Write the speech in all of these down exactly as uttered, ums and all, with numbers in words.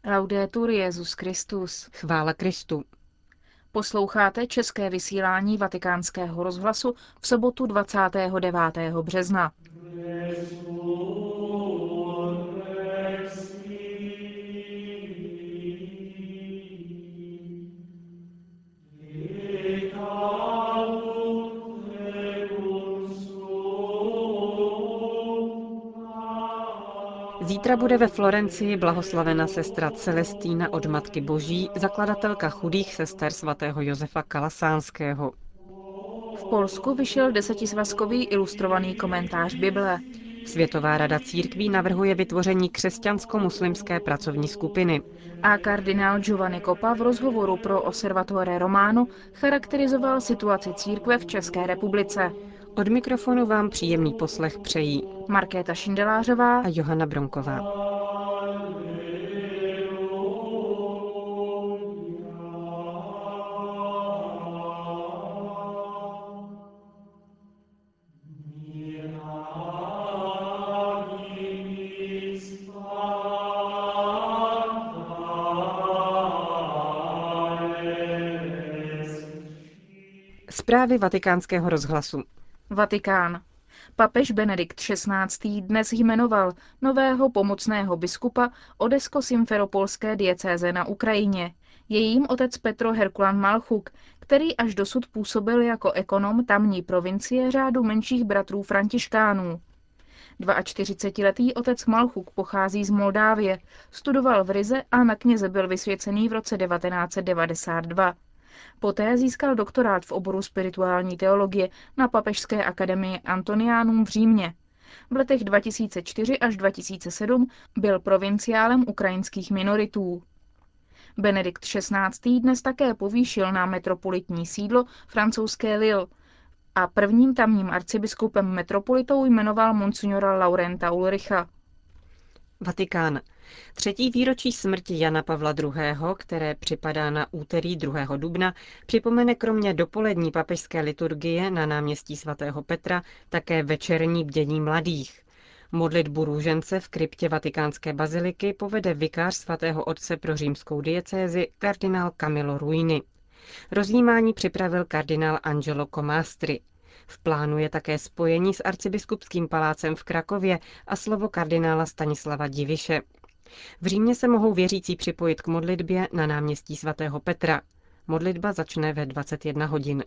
Laudetur Jesus Christus. Chvála Kristu. Posloucháte české vysílání Vatikánského rozhlasu v sobotu dvacátého devátého března. Zítra bude ve Florencii blahoslavena sestra Celestína od Matky Boží, zakladatelka chudých sester svatého Josefa Kalasánského. V Polsku vyšel desetisvazkový ilustrovaný komentář Bible. Světová rada církví navrhuje vytvoření křesťansko-muslimské pracovní skupiny. A kardinál Giovanni Coppa v rozhovoru pro Osservatore Romano charakterizoval situaci církve v České republice. Od mikrofonu vám příjemný poslech přejí Markéta Šindelářová a Johana Bronková. Zprávy Vatikánského rozhlasu. Vatikán. Papež Benedikt šestnáctý. Dnes jmenoval nového pomocného biskupa Odesko-Simferopolské diecéze na Ukrajině. Je jím otec Petro Herkulan Malchuk, který až dosud působil jako ekonom tamní provincie řádu menších bratrů františkánů. čtyřicetiletý otec Malchuk pochází z Moldávie, studoval v Rize a na kněze byl vysvěcený v roce devatenáct set devadesát dva. Poté získal doktorát v oboru spirituální teologie na Papežské akademii Antonianum v Římě. V letech dva tisíce čtyři až dva tisíce sedm byl provinciálem ukrajinských minoritů. Benedikt šestnáctý. Dnes také povýšil na metropolitní sídlo francouzské Lille a prvním tamním arcibiskupem metropolitou jmenoval monsignora Laurenta Ulricha. Vatikán. Třetí výročí smrti Jana Pavla druhého., které připadá na úterý druhého dubna, připomene kromě dopolední papežské liturgie na náměstí svatého Petra také večerní bdění mladých. Modlitbu růžence v kryptě vatikánské baziliky povede vikář svatého otce pro římskou diecézi kardinál Camillo Ruini. Rozjímání připravil kardinál Angelo Comastri. V plánu je také spojení s arcibiskupským palácem v Krakově a slovo kardinála Stanislava Diviše. V Římě se mohou věřící připojit k modlitbě na náměstí svatého Petra. Modlitba začne ve dvacet jedna hodin.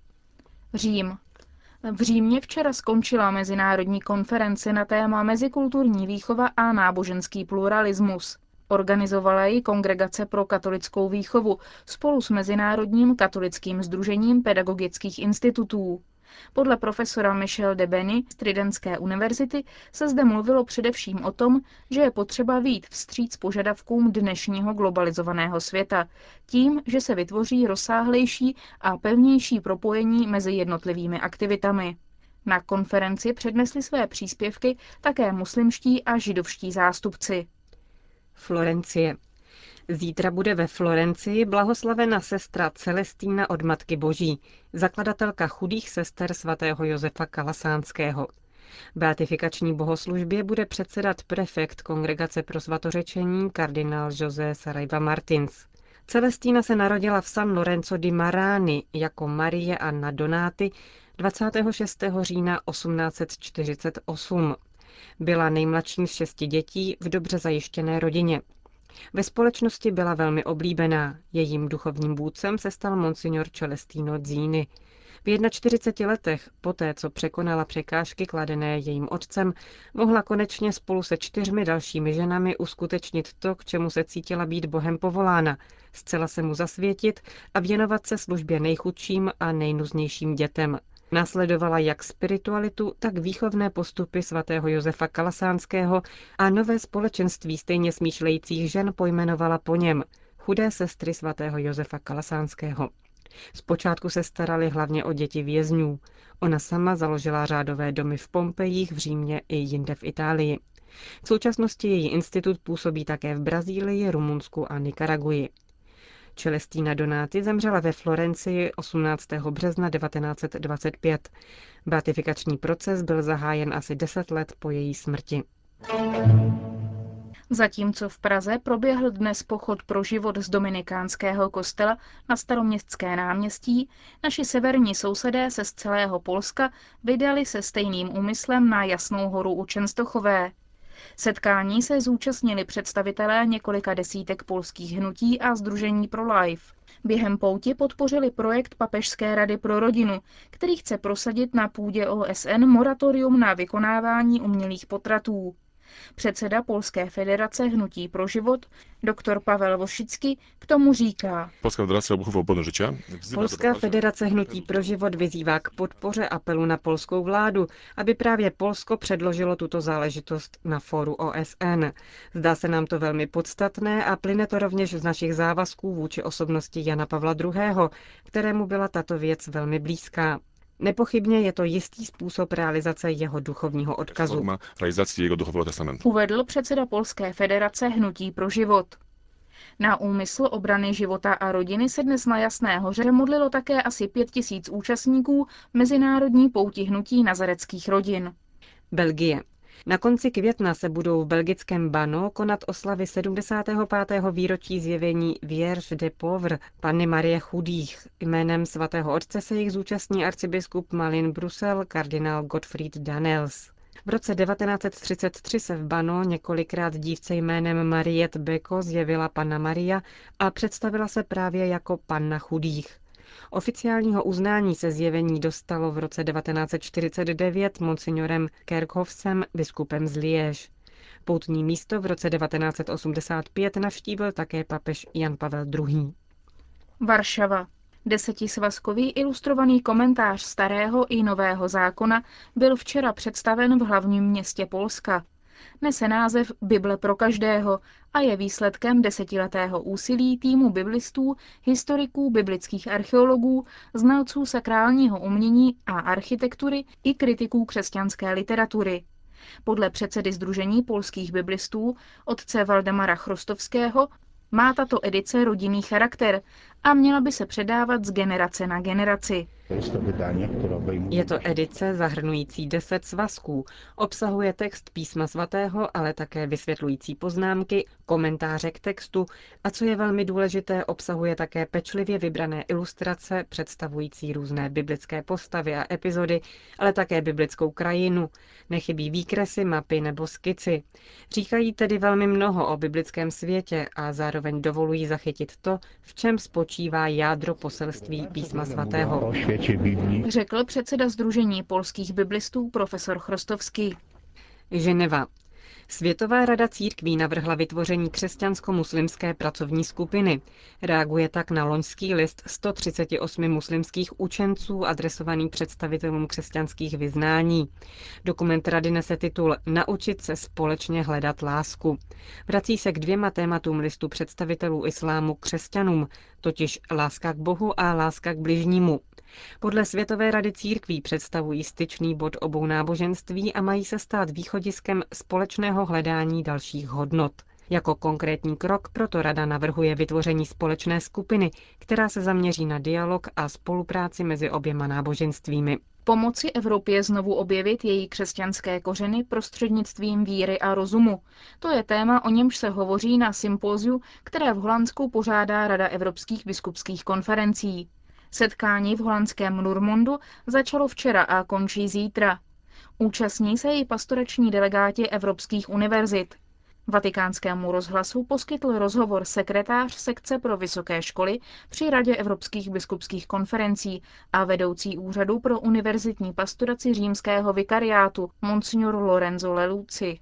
Řím. V Římě včera skončila mezinárodní konference na téma mezikulturní výchova a náboženský pluralismus. Organizovala ji Kongregace pro katolickou výchovu spolu s Mezinárodním katolickým sdružením pedagogických institutů. Podle profesora Michel de Beny z Tridentské univerzity se zde mluvilo především o tom, že je potřeba vyjít vstříc požadavkům dnešního globalizovaného světa, tím, že se vytvoří rozsáhlejší a pevnější propojení mezi jednotlivými aktivitami. Na konferenci přednesli své příspěvky také muslimští a židovští zástupci. Florencie. Zítra bude ve Florencii blahoslavena sestra Celestína od Matky Boží, zakladatelka chudých sester svatého Josefa Kalasánského. Beatifikační bohoslužbě bude předsedat prefekt Kongregace pro svatořečení kardinál José Saraiva Martins. Celestína se narodila v San Lorenzo di Marani jako Marie Anna Donati dvacátého šestého října osmnáct set čtyřicet osm. Byla nejmladší z šesti dětí v dobře zajištěné rodině. Ve společnosti byla velmi oblíbená. Jejím duchovním vůdcem se stal monsignor Celestino Zini. V čtyřiceti jedné letech, poté co překonala překážky kladené jejím otcem, mohla konečně spolu se čtyřmi dalšími ženami uskutečnit to, k čemu se cítila být Bohem povolána, zcela se mu zasvětit a věnovat se službě nejchudším a nejnuznějším dětem. Následovala jak spiritualitu, tak výchovné postupy svatého Josefa Kalasánského a nové společenství stejně smýšlejících žen pojmenovala po něm, chudé sestry svatého Josefa Kalasánského. Zpočátku se starali hlavně o děti vězňů. Ona sama založila řádové domy v Pompejích, v Římě i jinde v Itálii. V současnosti její institut působí také v Brazílii, Rumunsku a Nikaraguji. Celestína Donati zemřela ve Florencii osmnáctého března devatenáct set dvacet pět. Beatifikační proces byl zahájen asi deset let po její smrti. Zatímco v Praze proběhl dnes pochod pro život z dominikánského kostela na Staroměstské náměstí, naši severní sousedé se z celého Polska vydali se stejným úmyslem na Jasnou horu u Čenstochové. Setkání se zúčastnili představitelé několika desítek polských hnutí a sdružení pro Life. Během pouti podpořili projekt Papežské rady pro rodinu, který chce prosadit na půdě O S N moratorium na vykonávání umělých potratů. Předseda Polské federace Hnutí pro život, doktor Pavel Vošický, k tomu říká. Polská federace Hnutí pro život vyzývá k podpoře apelu na polskou vládu, aby právě Polsko předložilo tuto záležitost na fóru O S N. Zdá se nám to velmi podstatné a plyne to rovněž z našich závazků vůči osobnosti Jana Pavla druhého., kterému byla tato věc velmi blízká. Nepochybně je to jistý způsob realizace jeho duchovního odkazu. Uvedl předseda Polské federace Hnutí pro život. Na úmysl obrany života a rodiny se dnes na Jasné hoře modlilo také asi pět tisíc účastníků mezinárodní pouti hnutí nazareckých rodin. Belgie. Na konci května se budou v belgickém Bano konat oslavy sedmdesátého pátého výročí zjevení Vierge de Pauvre, Panny Marie chudých. Jménem svatého otce se jich zúčastní arcibiskup Malin Brusel, kardinál Gottfried Danels. V roce devatenáct set třicet tři se v Bano několikrát dívce jménem Mariette Beko zjevila Panna Maria a představila se právě jako Panna chudých. Oficiálního uznání se zjevení dostalo v roce devatenáct set čtyřicet devět monsignorem Kerkhoffsem, biskupem z Liège. Poutní místo v roce devatenáct set osmdesát pět navštívil také papež Jan Pavel druhý. Varšava. Desetisvazkový ilustrovaný komentář Starého i Nového zákona byl včera představen v hlavním městě Polska. Nese název Bible pro každého a je výsledkem desetiletého úsilí týmu biblistů, historiků, biblických archeologů, znalců sakrálního umění a architektury i kritiků křesťanské literatury. Podle předsedy Sdružení polských biblistů, otce Valdemara Chrostovského, má tato edice rodinný charakter a měla by se předávat z generace na generaci. Je to edice zahrnující deset svazků, obsahuje text písma svatého, ale také vysvětlující poznámky, komentáře k textu a co je velmi důležité, obsahuje také pečlivě vybrané ilustrace představující různé biblické postavy a epizody, ale také biblickou krajinu. Nechybí výkresy, mapy nebo skici. Říkají tedy velmi mnoho o biblickém světě a zároveň dovolují zachytit to, v čem spočívá jádro poselství písma svatého, řekl předseda Sdružení polských biblistů profesor Chrostovský. Ženeva. Světová rada církví navrhla vytvoření křesťansko-muslimské pracovní skupiny. Reaguje tak na loňský list sto třicet osm muslimských učenců adresovaný představitelům křesťanských vyznání. Dokument rady nese titul Naučit se společně hledat lásku. Vrací se k dvěma tématům listu představitelů islámu křesťanům, totiž láska k Bohu a láska k bližnímu. Podle Světové rady církví představují styčný bod obou náboženství a mají se stát východiskem společného hledání dalších hodnot. Jako konkrétní krok proto rada navrhuje vytvoření společné skupiny, která se zaměří na dialog a spolupráci mezi oběma náboženstvími. Pomoci Evropě znovu objevit její křesťanské kořeny prostřednictvím víry a rozumu. To je téma, o němž se hovoří na sympóziu, které v Holandsku pořádá Rada evropských biskupských konferencí. Setkání v holandském Lurmondu začalo včera a končí zítra. Účastní se i pastorační delegáti evropských univerzit. Vatikánskému rozhlasu poskytl rozhovor sekretář sekce pro vysoké školy při Radě evropských biskupských konferencí a vedoucí úřadu pro univerzitní pastoraci římského vikariátu Monsignor Lorenzo Leluci.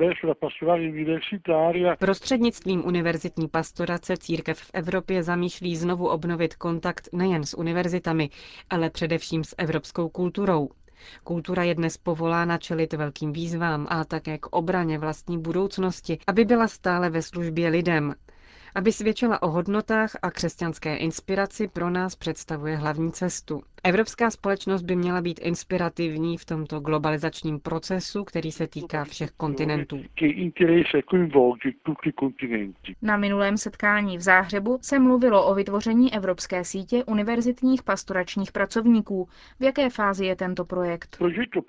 Prostřednictvím univerzitní pastorace církev v Evropě zamýšlí znovu obnovit kontakt nejen s univerzitami, ale především s evropskou kulturou. Kultura je dnes povolána čelit velkým výzvám a také k obraně vlastní budoucnosti, aby byla stále ve službě lidem. Aby svědčila o hodnotách a křesťanské inspiraci, pro nás představuje hlavní cestu. Evropská společnost by měla být inspirativní v tomto globalizačním procesu, který se týká všech kontinentů. Na minulém setkání v Záhřebu se mluvilo o vytvoření evropské sítě univerzitních pastoračních pracovníků. V jaké fázi je tento projekt?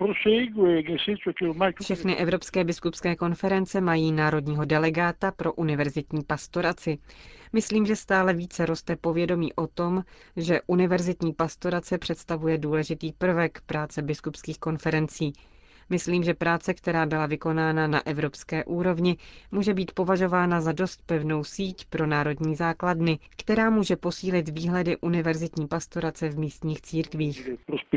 Všechny evropské biskupské konference mají národního delegáta pro univerzitní pastoraci. Myslím, že stále více roste povědomí o tom, že univerzitní pastorace představuje důležitý prvek práce biskupských konferencí. Myslím, že práce, která byla vykonána na evropské úrovni, může být považována za dost pevnou síť pro národní základny, která může posílit výhledy univerzitní pastorace v místních církvích.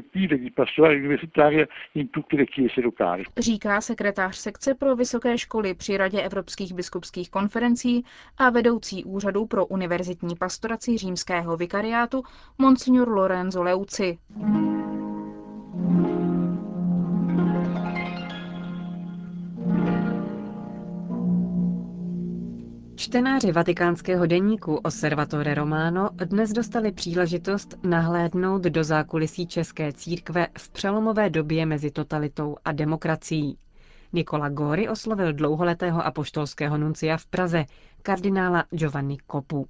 Říká sekretář sekce pro vysoké školy při Radě evropských biskupských konferencí a vedoucí úřadu pro univerzitní pastoraci římského vikariátu Monsignor Lorenzo Leuci. Čtenáři vatikánského deníku Osservatore Romano dnes dostali příležitost nahlédnout do zákulisí české církve v přelomové době mezi totalitou a demokracií. Nicola Gori oslovil dlouholetého apoštolského nuncia v Praze, kardinála Giovanni Coppu.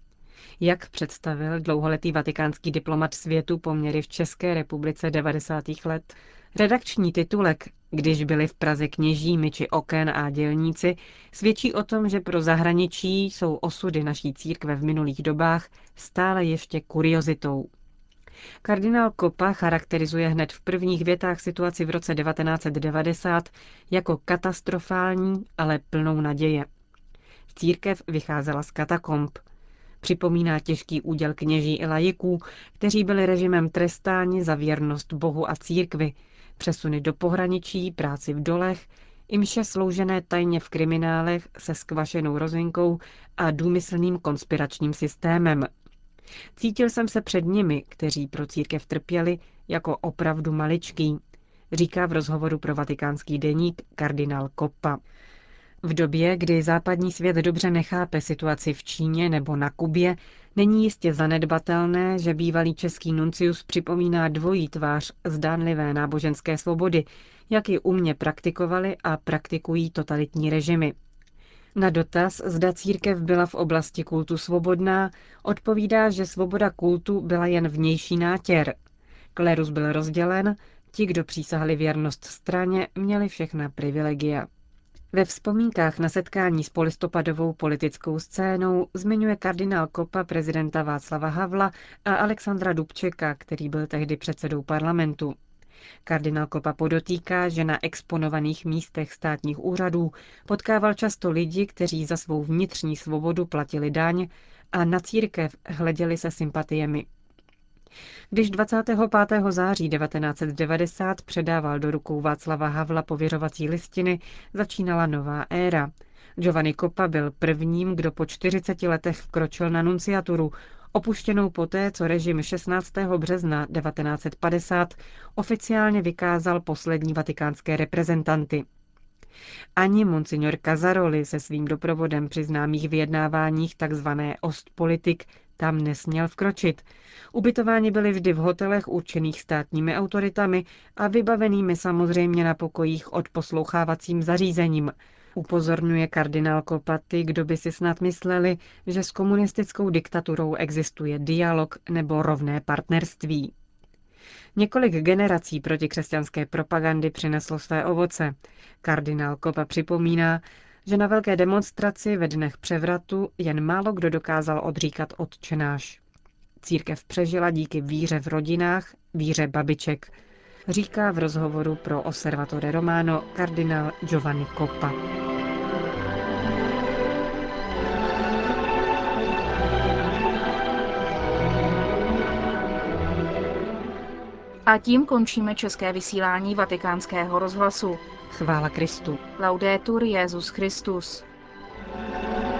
Jak představil dlouholetý vatikánský diplomat světu poměry v České republice devadesátých let? Redakční titulek Když byli v Praze kněží, myči oken a dělníci svědčí o tom, že pro zahraničí jsou osudy naší církve v minulých dobách stále ještě kuriozitou. Kardinál Coppa charakterizuje hned v prvních větách situaci v roce devatenáct set devadesát jako katastrofální, ale plnou naděje. Církev vycházela z katakomb. Připomíná těžký úděl kněží i laiků, kteří byli režimem trestáni za věrnost Bohu a církvi, přesuny do pohraničí, práci v dolech, i mše sloužené tajně v kriminálech se skvašenou rozinkou a důmyslným konspiračním systémem. Cítil jsem se před nimi, kteří pro církev trpěli, jako opravdu maličký, říká v rozhovoru pro vatikánský deník kardinál Coppa. V době, kdy západní svět dobře nechápe situaci v Číně nebo na Kubě, není jistě zanedbatelné, že bývalý český nuncius připomíná dvojí tvář zdánlivé náboženské svobody, jak ji umně praktikovali a praktikují totalitní režimy. Na dotaz, zda církev byla v oblasti kultu svobodná, odpovídá, že svoboda kultu byla jen vnější nátěr. Klerus byl rozdělen, ti, kdo přísahali věrnost straně, měli všechna privilegia. Ve vzpomínkách na setkání s polistopadovou politickou scénou zmiňuje kardinál Coppa prezidenta Václava Havla a Alexandra Dubčeka, který byl tehdy předsedou parlamentu. Kardinál Coppa podotýká, že na exponovaných místech státních úřadů potkával často lidi, kteří za svou vnitřní svobodu platili daň a na církev hleděli se sympatiemi. Když dvacátého pátého září devatenáct set devadesát předával do rukou Václava Havla pověřovací listiny, začínala nová éra. Giovanni Coppa byl prvním, kdo po čtyřiceti letech vkročil na nunciaturu, opuštěnou poté, co režim šestnáctého března devatenáct set padesát oficiálně vykázal poslední vatikánské reprezentanty. Ani monsignor Casaroli se svým doprovodem při známých vyjednáváních tzv. Ostpolitik tam nesměl vkročit. Ubytováni byli vždy v hotelech určených státními autoritami a vybavenými samozřejmě na pokojích odposlouchávacím zařízením. Upozorňuje kardinál Coppa ty, kdo by si snad mysleli, že s komunistickou diktaturou existuje dialog nebo rovné partnerství. Několik generací protikřesťanské propagandy přineslo své ovoce. Kardinál Coppa připomíná, že na velké demonstraci ve dnech převratu jen málo kdo dokázal odříkat Otčenáš. Církev přežila díky víře v rodinách, víře babiček, říká v rozhovoru pro Osservatore Romano kardinál Giovanni Coppa. A tím končíme české vysílání Vatikánského rozhlasu. Chvála Kristu. Laudetur Jesus Christus.